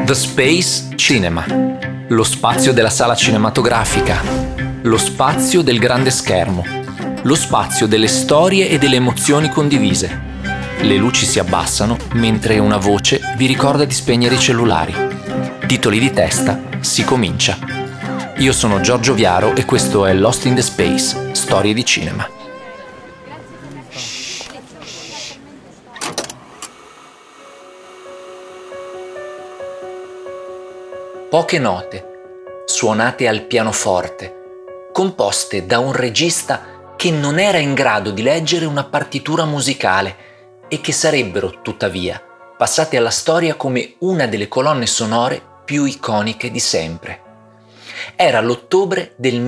The Space Cinema, lo spazio della sala cinematografica, lo spazio del grande schermo, lo spazio delle storie e delle emozioni condivise. Le luci si abbassano mentre una voce vi ricorda di spegnere i cellulari. Titoli di testa, si comincia. Io sono Giorgio Viaro e questo è Lost in the Space, storie di cinema. Poche note, suonate al pianoforte, composte da un regista che non era in grado di leggere una partitura musicale e che sarebbero, tuttavia, passate alla storia come una delle colonne sonore più iconiche di sempre. Era l'ottobre del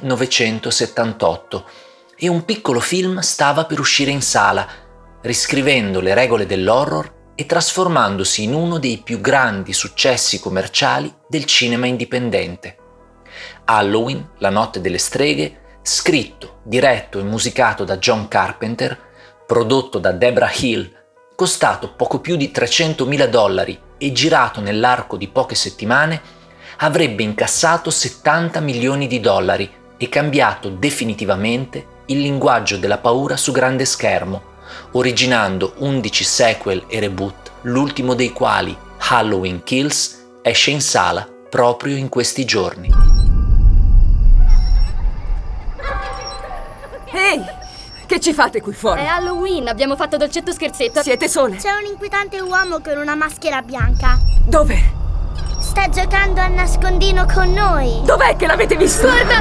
1978 e un piccolo film stava per uscire in sala, riscrivendo le regole dell'horror e trasformandosi in uno dei più grandi successi commerciali del cinema indipendente. Halloween, la notte delle streghe, scritto, diretto e musicato da John Carpenter, prodotto da Debra Hill, costato poco più di $300.000 e girato nell'arco di poche settimane, avrebbe incassato $70 milioni e cambiato definitivamente il linguaggio della paura su grande schermo, originando 11 sequel e reboot, l'ultimo dei quali, Halloween Kills, esce in sala proprio in questi giorni. Ehi, che ci fate qui fuori? È Halloween, abbiamo fatto dolcetto scherzetto. Siete sole? C'è un inquietante uomo con una maschera bianca. Dove? Sta giocando a nascondino con noi. Dov'è che l'avete visto? Guarda!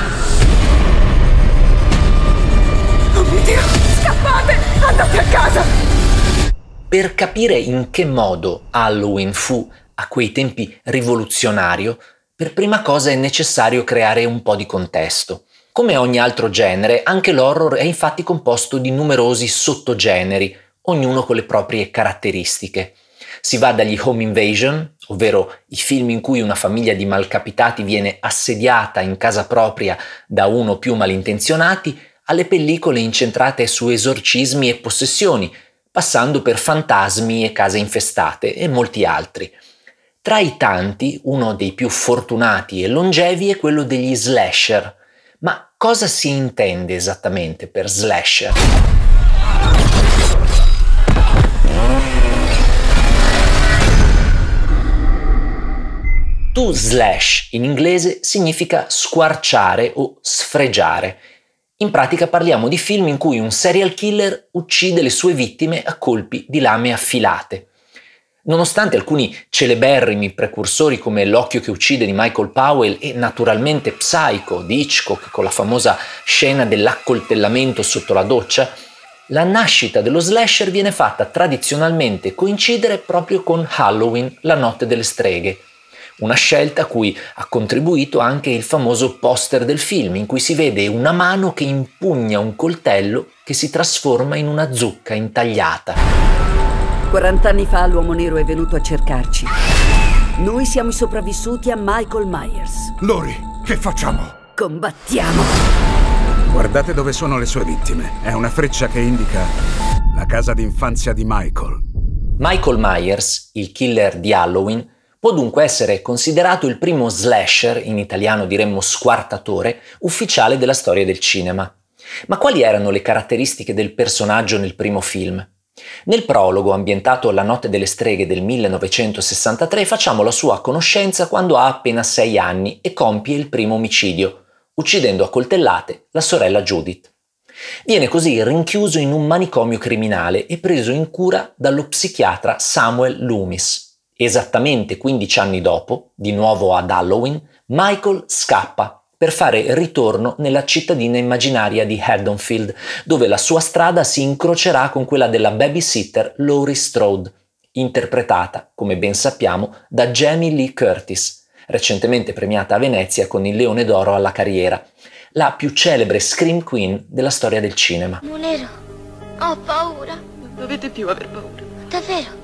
Oh mio Dio, scappate! Andate a casa! Per capire in che modo Halloween fu a quei tempi rivoluzionario, per prima cosa è necessario creare un po' di contesto. Come ogni altro genere, anche l'horror è infatti composto di numerosi sottogeneri, ognuno con le proprie caratteristiche. Si va dagli home invasion, ovvero i film in cui una famiglia di malcapitati viene assediata in casa propria da uno o più malintenzionati, alle pellicole incentrate su esorcismi e possessioni, passando per fantasmi e case infestate e molti altri. Tra i tanti, uno dei più fortunati e longevi è quello degli slasher. Ma cosa si intende esattamente per slasher? To slash in inglese significa squarciare o sfregiare. In pratica parliamo di film in cui un serial killer uccide le sue vittime a colpi di lame affilate. Nonostante alcuni celeberrimi precursori come L'occhio che uccide di Michael Powell e naturalmente Psycho di Hitchcock con la famosa scena dell'accoltellamento sotto la doccia, la nascita dello slasher viene fatta tradizionalmente coincidere proprio con Halloween, la notte delle streghe. Una scelta a cui ha contribuito anche il famoso poster del film, in cui si vede una mano che impugna un coltello che si trasforma in una zucca intagliata. 40 anni fa l'uomo nero è venuto a cercarci. Noi siamo i sopravvissuti a Michael Myers. Lori, che facciamo? Combattiamo! Guardate dove sono le sue vittime. È una freccia che indica la casa d'infanzia di Michael. Michael Myers, il killer di Halloween, può dunque essere considerato il primo slasher, in italiano diremmo squartatore, ufficiale della storia del cinema. Ma quali erano le caratteristiche del personaggio nel primo film? Nel prologo, ambientato La notte delle streghe del 1963, facciamo la sua conoscenza quando ha appena 6 anni e compie il primo omicidio, uccidendo a coltellate la sorella Judith. Viene così rinchiuso in un manicomio criminale e preso in cura dallo psichiatra Samuel Loomis. Esattamente 15 anni dopo, di nuovo ad Halloween, Michael scappa per fare ritorno nella cittadina immaginaria di Haddonfield, dove la sua strada si incrocerà con quella della babysitter Laurie Strode, interpretata, come ben sappiamo, da Jamie Lee Curtis, recentemente premiata a Venezia con il Leone d'Oro alla carriera, la più celebre scream queen della storia del cinema. Monero, ho paura. Non dovete più aver paura. Davvero?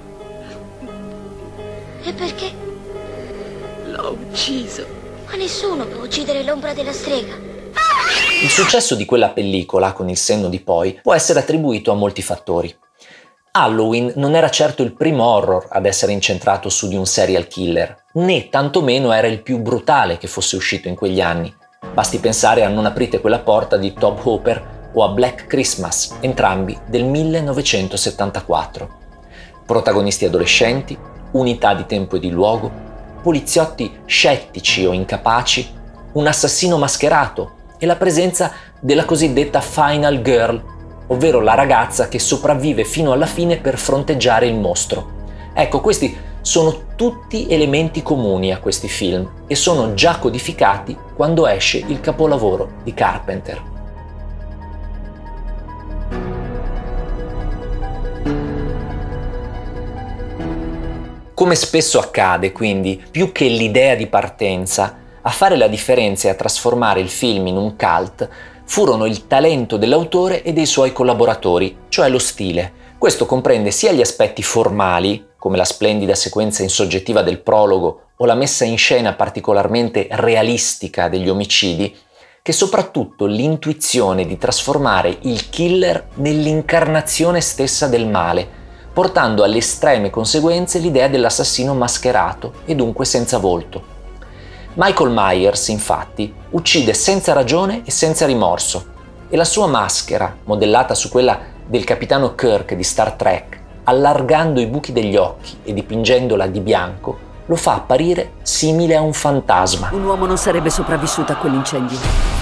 E perché? L'ho ucciso. Ma nessuno può uccidere l'ombra della strega. Il successo di quella pellicola, con il senno di poi, può essere attribuito a molti fattori. Halloween non era certo il primo horror ad essere incentrato su di un serial killer, né tantomeno era il più brutale che fosse uscito in quegli anni. Basti pensare a Non aprite quella porta di Tobe Hooper o a Black Christmas, entrambi del 1974. Protagonisti adolescenti, unità di tempo e di luogo, poliziotti scettici o incapaci, un assassino mascherato e la presenza della cosiddetta Final Girl, ovvero la ragazza che sopravvive fino alla fine per fronteggiare il mostro. Ecco, questi sono tutti elementi comuni a questi film e sono già codificati quando esce il capolavoro di Carpenter. Come spesso accade, quindi, più che l'idea di partenza, a fare la differenza e a trasformare il film in un cult furono il talento dell'autore e dei suoi collaboratori, cioè lo stile. Questo comprende sia gli aspetti formali, come la splendida sequenza insoggettiva del prologo o la messa in scena particolarmente realistica degli omicidi, che soprattutto l'intuizione di trasformare il killer nell'incarnazione stessa del male, portando alle estreme conseguenze l'idea dell'assassino mascherato e dunque senza volto. Michael Myers, infatti, uccide senza ragione e senza rimorso, e la sua maschera, modellata su quella del capitano Kirk di Star Trek, allargando i buchi degli occhi e dipingendola di bianco, lo fa apparire simile a un fantasma. Un uomo non sarebbe sopravvissuto a quell'incendio.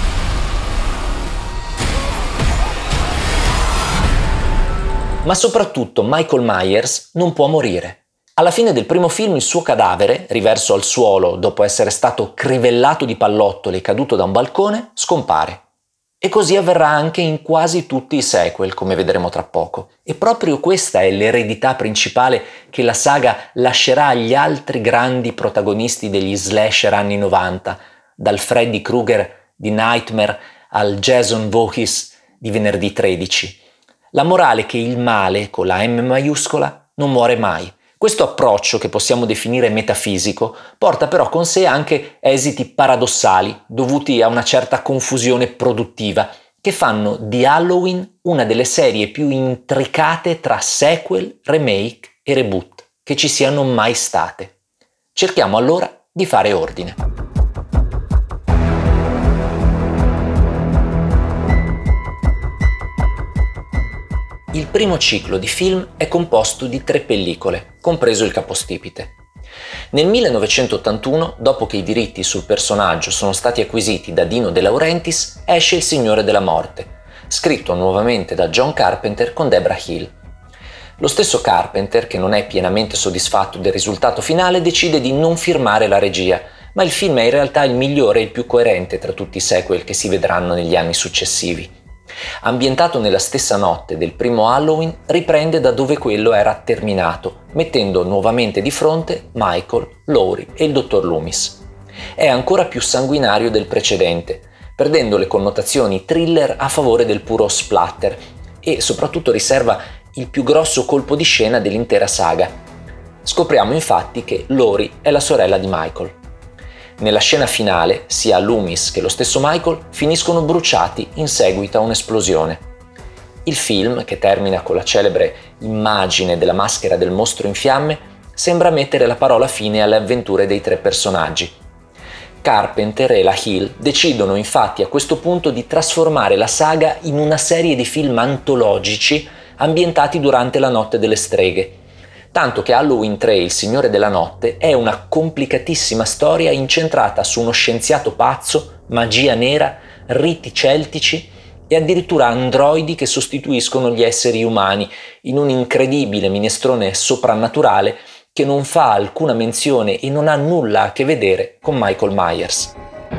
Ma soprattutto Michael Myers non può morire. Alla fine del primo film il suo cadavere, riverso al suolo dopo essere stato crivellato di pallottole e caduto da un balcone, scompare. E così avverrà anche in quasi tutti i sequel, come vedremo tra poco. E proprio questa è l'eredità principale che la saga lascerà agli altri grandi protagonisti degli slasher anni 90, dal Freddy Krueger di Nightmare al Jason Voorhees di Venerdì 13. La morale che il male, con la M maiuscola, non muore mai. Questo approccio, che possiamo definire metafisico, porta però con sé anche esiti paradossali dovuti a una certa confusione produttiva, che fanno di Halloween una delle serie più intricate tra sequel, remake e reboot che ci siano mai state. Cerchiamo allora di fare ordine. Il primo ciclo di film è composto di 3 pellicole, compreso il capostipite. Nel 1981, dopo che i diritti sul personaggio sono stati acquisiti da Dino De Laurentiis, esce Il Signore della Morte, scritto nuovamente da John Carpenter con Debra Hill. Lo stesso Carpenter, che non è pienamente soddisfatto del risultato finale, decide di non firmare la regia, ma il film è in realtà il migliore e il più coerente tra tutti i sequel che si vedranno negli anni successivi. Ambientato nella stessa notte del primo Halloween, riprende da dove quello era terminato, mettendo nuovamente di fronte Michael, Laurie e il dottor Loomis. È ancora più sanguinario del precedente, perdendo le connotazioni thriller a favore del puro splatter e soprattutto riserva il più grosso colpo di scena dell'intera saga. Scopriamo infatti che Laurie è la sorella di Michael. Nella scena finale, sia Loomis che lo stesso Michael finiscono bruciati in seguito a un'esplosione. Il film, che termina con la celebre immagine della maschera del mostro in fiamme, sembra mettere la parola fine alle avventure dei 3 personaggi. Carpenter e la Hill decidono infatti a questo punto di trasformare la saga in una serie di film antologici ambientati durante la Notte delle Streghe, tanto che Halloween 3, Il Signore della Notte, è una complicatissima storia incentrata su uno scienziato pazzo, magia nera, riti celtici e addirittura androidi che sostituiscono gli esseri umani in un incredibile minestrone soprannaturale che non fa alcuna menzione e non ha nulla a che vedere con Michael Myers.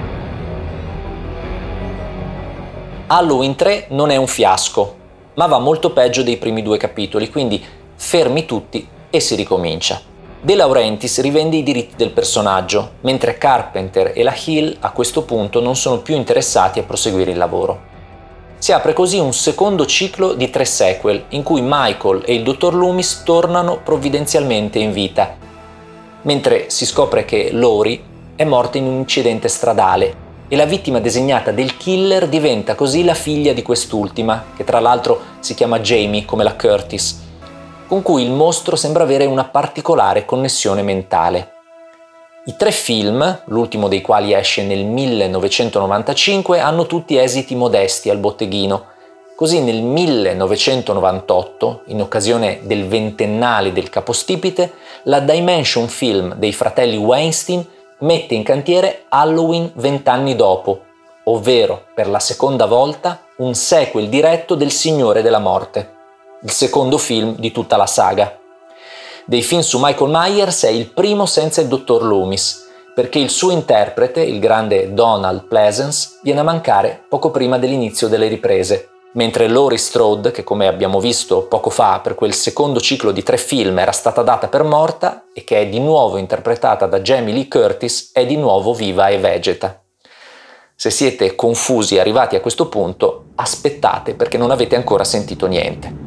Halloween 3 non è un fiasco, ma va molto peggio dei primi 2 capitoli, quindi fermi tutti e si ricomincia. De Laurentiis rivende i diritti del personaggio, mentre Carpenter e la Hill a questo punto non sono più interessati a proseguire il lavoro. Si apre così un secondo ciclo di 3 sequel, in cui Michael e il dottor Loomis tornano provvidenzialmente in vita, mentre si scopre che Laurie è morta in un incidente stradale e la vittima designata del killer diventa così la figlia di quest'ultima, che tra l'altro si chiama Jamie come la Curtis. con cui il mostro sembra avere una particolare connessione mentale. I 3 film, l'ultimo dei quali esce nel 1995, hanno tutti esiti modesti al botteghino. Così nel 1998, in occasione del 20ennale del capostipite, la Dimension Film dei fratelli Weinstein mette in cantiere Halloween 20 anni dopo, ovvero per la seconda volta un sequel diretto del Signore della Morte, il secondo film di tutta la saga. Dei film su Michael Myers è il primo senza il dottor Loomis, perché il suo interprete, il grande Donald Pleasence, viene a mancare poco prima dell'inizio delle riprese, mentre Laurie Strode, che come abbiamo visto poco fa per quel secondo ciclo di 3 film era stata data per morta e che è di nuovo interpretata da Jamie Lee Curtis, è di nuovo viva e vegeta. Se siete confusi arrivati a questo punto, aspettate perché non avete ancora sentito niente.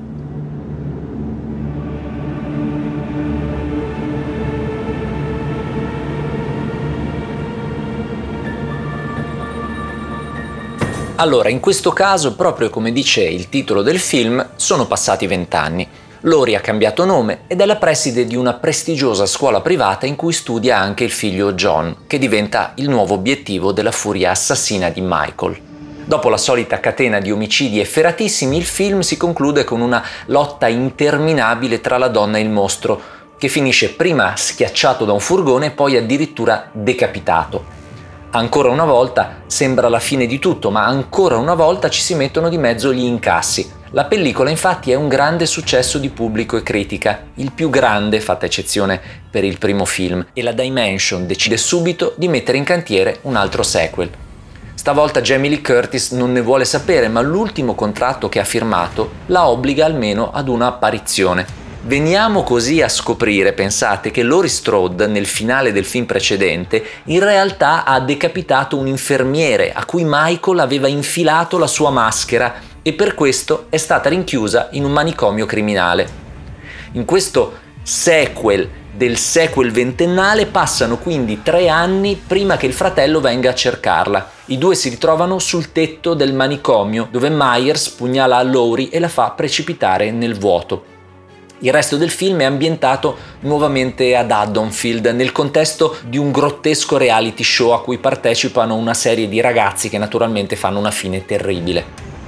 Allora, in questo caso, proprio come dice il titolo del film, sono passati 20 anni. Laurie ha cambiato nome ed è la preside di una prestigiosa scuola privata in cui studia anche il figlio John, che diventa il nuovo obiettivo della furia assassina di Michael. Dopo la solita catena di omicidi efferatissimi, il film si conclude con una lotta interminabile tra la donna e il mostro, che finisce prima schiacciato da un furgone e poi addirittura decapitato. Ancora una volta sembra la fine di tutto, ma ancora una volta ci si mettono di mezzo gli incassi. La pellicola infatti è un grande successo di pubblico e critica, il più grande, fatta eccezione per il primo film, e la Dimension decide subito di mettere in cantiere un altro sequel. Stavolta Jamie Lee Curtis non ne vuole sapere, ma l'ultimo contratto che ha firmato la obbliga almeno ad una apparizione. Veniamo così a scoprire, pensate, che Laurie Strode nel finale del film precedente in realtà ha decapitato un infermiere a cui Michael aveva infilato la sua maschera e per questo è stata rinchiusa in un manicomio criminale. In questo sequel del sequel ventennale passano quindi 3 anni prima che il fratello venga a cercarla. I due si ritrovano sul tetto del manicomio dove Myers pugnala Laurie e la fa precipitare nel vuoto. Il resto del film è ambientato nuovamente ad Haddonfield, nel contesto di un grottesco reality show a cui partecipano una serie di ragazzi che naturalmente fanno una fine terribile.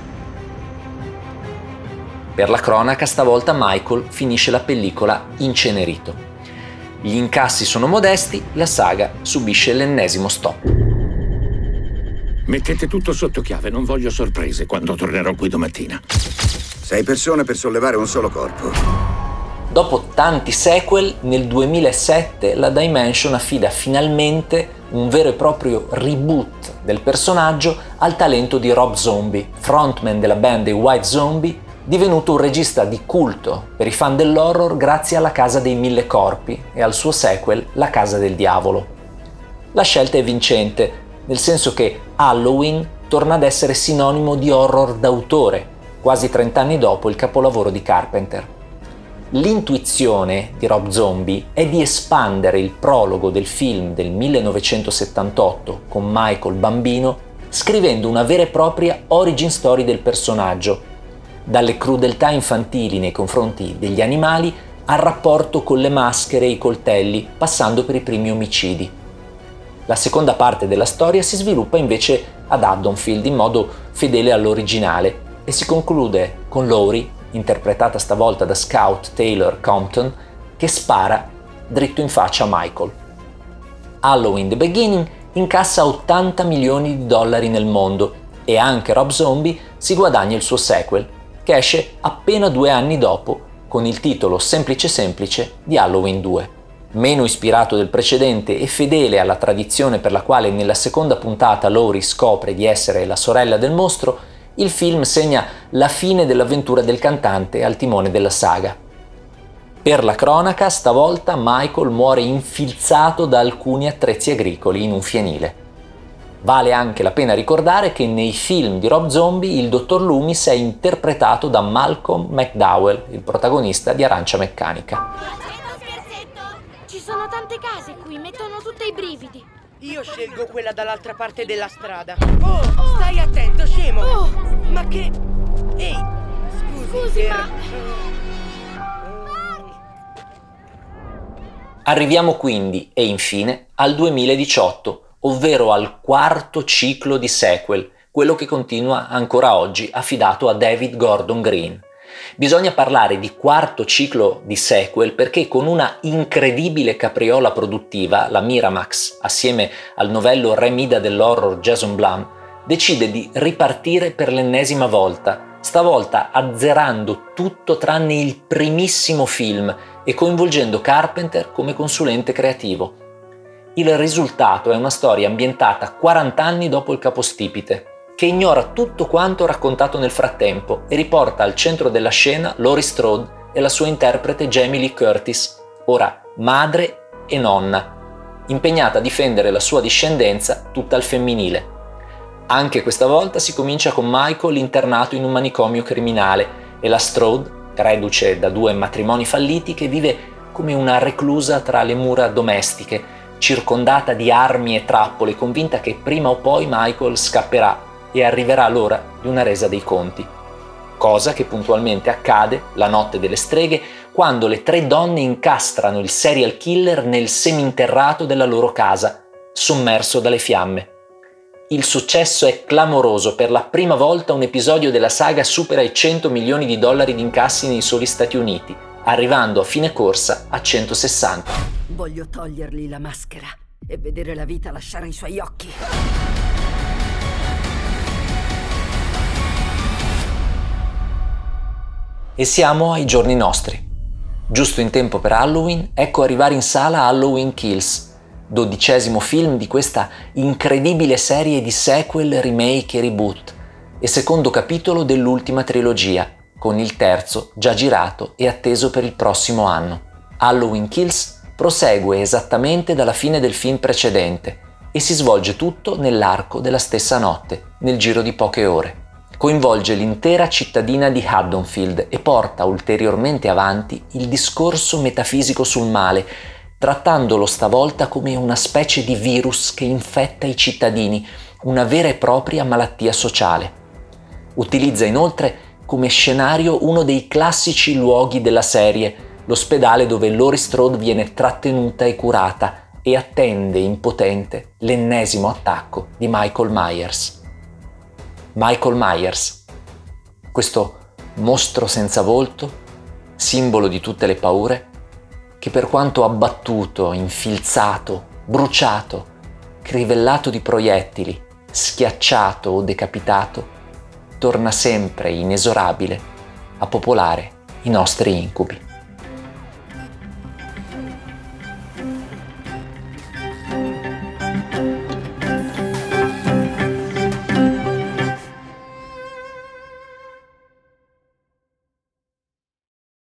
Per la cronaca, stavolta Michael finisce la pellicola incenerito. Gli incassi sono modesti, la saga subisce l'ennesimo stop. Mettete tutto sotto chiave, non voglio sorprese quando tornerò qui domattina. 6 persone per sollevare un solo corpo. Dopo tanti sequel, nel 2007 la Dimension affida finalmente un vero e proprio reboot del personaggio al talento di Rob Zombie, frontman della band dei White Zombie, divenuto un regista di culto per i fan dell'horror grazie alla Casa dei Mille Corpi e al suo sequel La Casa del Diavolo. La scelta è vincente, nel senso che Halloween torna ad essere sinonimo di horror d'autore, quasi 30 anni dopo il capolavoro di Carpenter. L'intuizione di Rob Zombie è di espandere il prologo del film del 1978 con Michael bambino, scrivendo una vera e propria origin story del personaggio, dalle crudeltà infantili nei confronti degli animali al rapporto con le maschere e i coltelli, passando per i primi omicidi. La seconda parte della storia si sviluppa invece ad Haddonfield in modo fedele all'originale e si conclude con Laurie, interpretata stavolta da Scout Taylor Compton, che spara dritto in faccia a Michael. Halloween The Beginning incassa $80 milioni nel mondo e anche Rob Zombie si guadagna il suo sequel, che esce appena 2 anni dopo con il titolo semplice semplice di Halloween 2. Meno ispirato del precedente e fedele alla tradizione per la quale nella seconda puntata Laurie scopre di essere la sorella del mostro, il film segna la fine dell'avventura del cantante al timone della saga. Per la cronaca, stavolta Michael muore infilzato da alcuni attrezzi agricoli in un fienile. Vale anche la pena ricordare che nei film di Rob Zombie il dottor Loomis è interpretato da Malcolm McDowell, il protagonista di Arancia Meccanica. Ci sono tante case qui, mettono tutte i brividi. Io scelgo quella dall'altra parte della strada. Oh, stai attento, scemo! Oh. Ma che... Ehi, Scusi, per... ma... Arriviamo quindi, e infine, al 2018, ovvero al quarto ciclo di sequel, quello che continua ancora oggi, affidato a David Gordon Green. Bisogna parlare di quarto ciclo di sequel perché con una incredibile capriola produttiva, la Miramax, assieme al novello re Mida dell'horror Jason Blum, decide di ripartire per l'ennesima volta, stavolta azzerando tutto tranne il primissimo film e coinvolgendo Carpenter come consulente creativo. Il risultato è una storia ambientata 40 anni dopo il capostipite, che ignora tutto quanto raccontato nel frattempo e riporta al centro della scena Laurie Strode e la sua interprete Jamie Lee Curtis, ora madre e nonna, impegnata a difendere la sua discendenza tutta al femminile. Anche questa volta si comincia con Michael internato in un manicomio criminale e la Strode, reduce da 2 matrimoni falliti, che vive come una reclusa tra le mura domestiche, circondata di armi e trappole, convinta che prima o poi Michael scapperà e arriverà l'ora di una resa dei conti. Cosa che puntualmente accade la notte delle streghe, quando le 3 donne incastrano il serial killer nel seminterrato della loro casa, sommerso dalle fiamme. Il successo è clamoroso, per la prima volta un episodio della saga supera i $100 milioni di incassi nei soli Stati Uniti, arrivando a fine corsa a 160. Voglio togliergli la maschera e vedere la vita lasciare i suoi occhi. E siamo ai giorni nostri. Giusto in tempo per Halloween, ecco arrivare in sala Halloween Kills, 12° film di questa incredibile serie di sequel, remake e reboot, e secondo capitolo dell'ultima trilogia, con il terzo già girato e atteso per il prossimo anno. Halloween Kills prosegue esattamente dalla fine del film precedente e si svolge tutto nell'arco della stessa notte, nel giro di poche ore. Coinvolge l'intera cittadina di Haddonfield e porta ulteriormente avanti il discorso metafisico sul male, trattandolo stavolta come una specie di virus che infetta i cittadini, una vera e propria malattia sociale. Utilizza inoltre come scenario uno dei classici luoghi della serie, l'ospedale dove Laurie Strode viene trattenuta e curata e attende impotente l'ennesimo attacco di Michael Myers. Michael Myers, questo mostro senza volto, simbolo di tutte le paure, che per quanto abbattuto, infilzato, bruciato, crivellato di proiettili, schiacciato o decapitato, torna sempre inesorabile a popolare i nostri incubi.